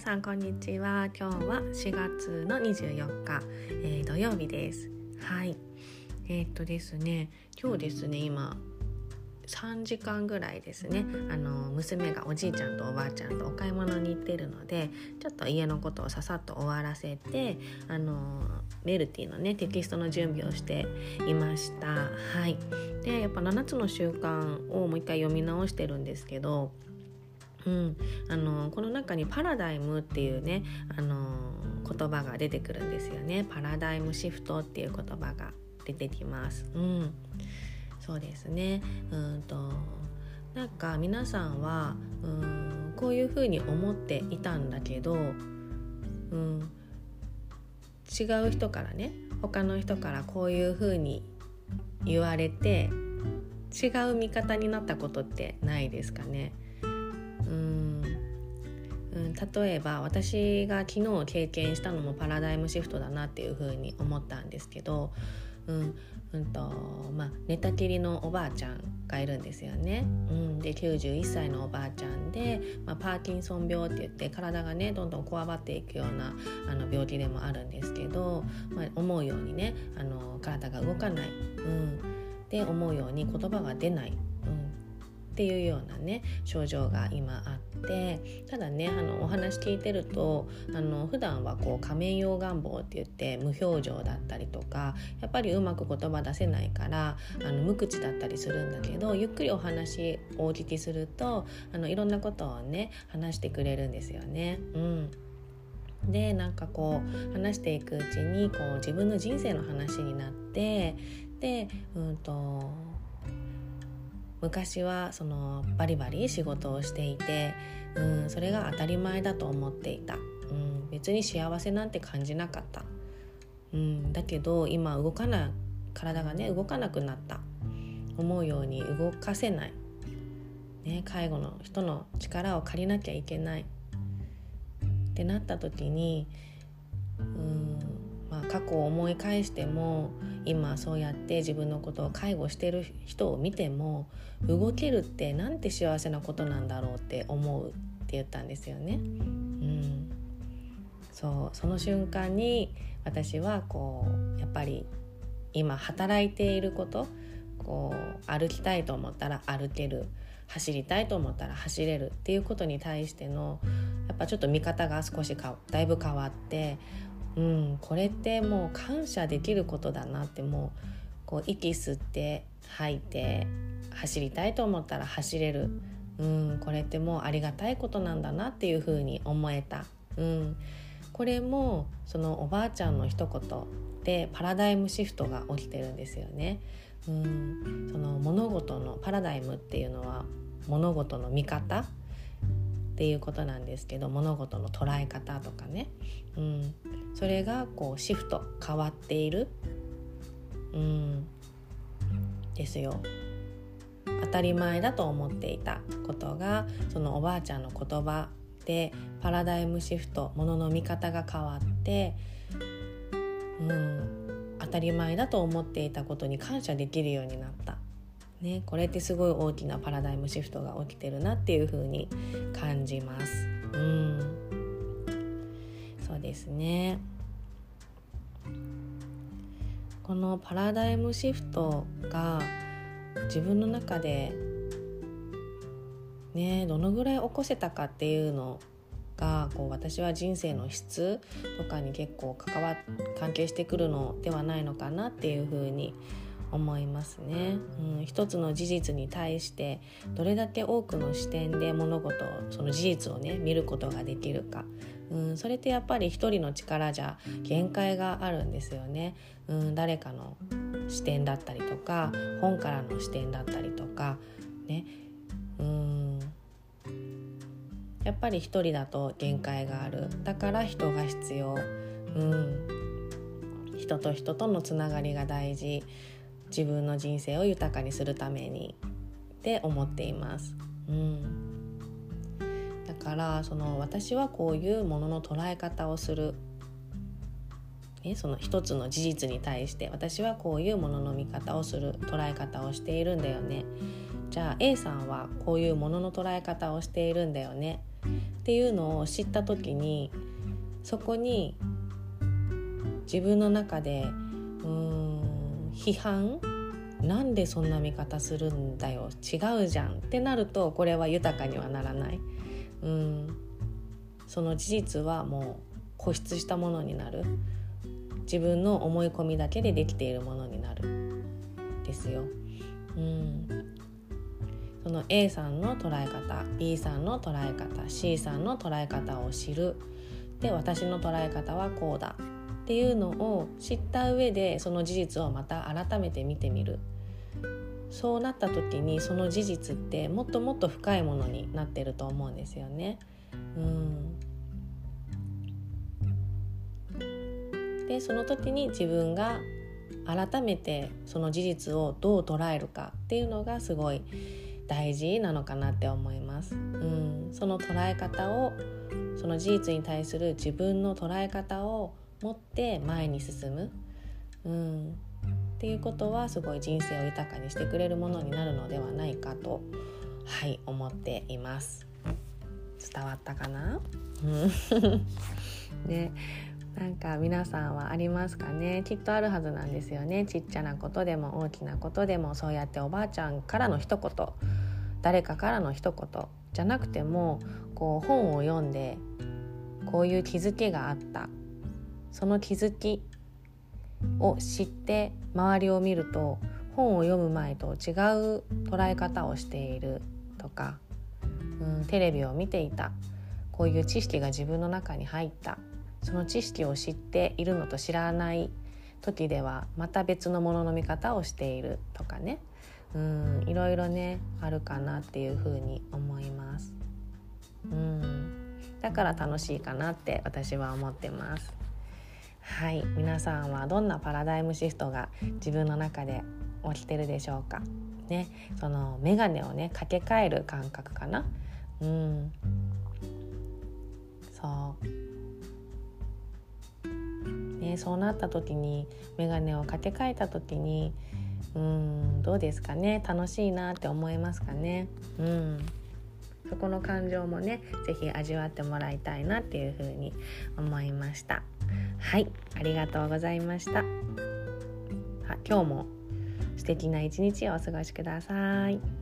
さんこんにちは。今日は4月の24日、土曜日です。はい。ですね、今日ですね、今3時間ぐらいですね、娘がおじいちゃんとおばあちゃんとお買い物に行ってるので、ちょっと家のことをささっと終わらせて、メルティのねテキストの準備をしていました。はい。で、やっぱ7つの習慣をもう一回読み直してるんですけど、この中にパラダイムっていうね、言葉が出てくるんですよね。パラダイムシフトっていう言葉が出てきます。そうですね。なんか皆さんはこういうふうに思っていたんだけど、違う人からね、他の人からこういうふうに言われて違う見方になったことってないですかね。例えば私が昨日経験したのもパラダイムシフトだなっていうふうに思ったんですけど、寝たきりのおばあちゃんがいるんですよね。で91歳のおばあちゃんで、パーキンソン病って言って体がねどんどんこわばっていくような病気でもあるんですけど、思うようにね体が動かない、で思うように言葉が出ない、っていうようなね症状が今あって、ただねお話聞いてると普段はこう仮面用願望って言って無表情だったりとか、やっぱりうまく言葉出せないから無口だったりするんだけど、ゆっくりお話をお聞きするといろんなことをね話してくれるんですよね。でなんかこう話していくうちにこう自分の人生の話になって、で昔はそのバリバリ仕事をしていて、それが当たり前だと思っていた、別に幸せなんて感じなかった、だけど今体がね動かなくなった、思うように動かせない、介護の人の力を借りなきゃいけないってなった時に、過去を思い返しても、今そうやって自分のことを介護してる人を見ても、動けるってなんて幸せなことなんだろうって思うって言ったんですよね。その瞬間に私はこうやっぱり今働いていること、こう歩きたいと思ったら歩ける、走りたいと思ったら走れるっていうことに対してのやっぱちょっと見方がだいぶ変わって、これってもう感謝できることだなって、もうこう息吸って吐いて走りたいと思ったら走れる、これってもうありがたいことなんだなっていうふうに思えた。これもそのおばあちゃんの一言でパラダイムシフトが起きてるんですよね。その物事のパラダイムっていうのは物事の見方っていうことなんですけど、物事の捉え方とかね、それがこうシフト変わっている、ですよ。当たり前だと思っていたことがそのおばあちゃんの言葉でパラダイムシフト、物の見方が変わって、当たり前だと思っていたことに感謝できるようになった、これってすごい大きなパラダイムシフトが起きてるなっていう風に感じます。そうですね。このパラダイムシフトが自分の中でどのぐらい起こせたかっていうのがこう私は人生の質とかに結構関係してくるのではないのかなっていうふうに思いますね。一つの事実に対してどれだけ多くの視点で物事、その事実をね見ることができるか、それってやっぱり一人の力じゃ限界があるんですよね。誰かの視点だったりとか本からの視点だったりとかね、やっぱり一人だと限界がある。だから人が必要、人と人とのつながりが大事、自分の人生を豊かにするためにって思っています。だから私はこういうものの捉え方をする、その一つの事実に対して私はこういうものの見方をする、捉え方をしているんだよねっじゃあ A さんはこういうものの捉え方をしているんだよねっていうのを知った時に、そこに自分の中で批判、なんでそんな見方するんだよ、違うじゃんってなると、これは豊かにはならない。その事実はもう固執したものになる。自分の思い込みだけでできているものになるですよ。その A さんの捉え方、 B さんの捉え方、 C さんの捉え方を知る。で、私の捉え方はこうだっていうのを知った上で、その事実をまた改めて見てみる。そうなった時に、その事実ってもっともっと深いものになってると思うんですよね。で、その時に自分が改めてその事実をどう捉えるかっていうのがすごい大事なのかなって思います。その捉え方を、その事実に対する自分の捉え方を持って前に進む、っていうことはすごい人生を豊かにしてくれるものになるのではないかと、思っています。伝わったかな？ね、なんか皆さんはありますかね。きっとあるはずなんですよね。ちっちゃなことでも大きなことでも、そうやっておばあちゃんからの一言、誰かからの一言じゃなくても、こう本を読んでこういう気づきがあった、その気づきを知って周りを見ると、本を読む前と違う捉え方をしているとか、テレビを見ていた、こういう知識が自分の中に入った、その知識を知っているのと知らない時ではまた別のものの見方をしているとかね、いろいろねあるかなっていうふうに思います。だから楽しいかなって私は思ってます。皆さんはどんなパラダイムシフトが自分の中で起きてるでしょうかね。そのメガネをねかけ替える感覚かな。そうなった時に、メガネをかけ替えた時にどうですかね。楽しいなって思いますかね。そこの感情もね、ぜひ味わってもらいたいなっていうふうに思いました。ありがとうございました。今日も素敵な一日をお過ごしください。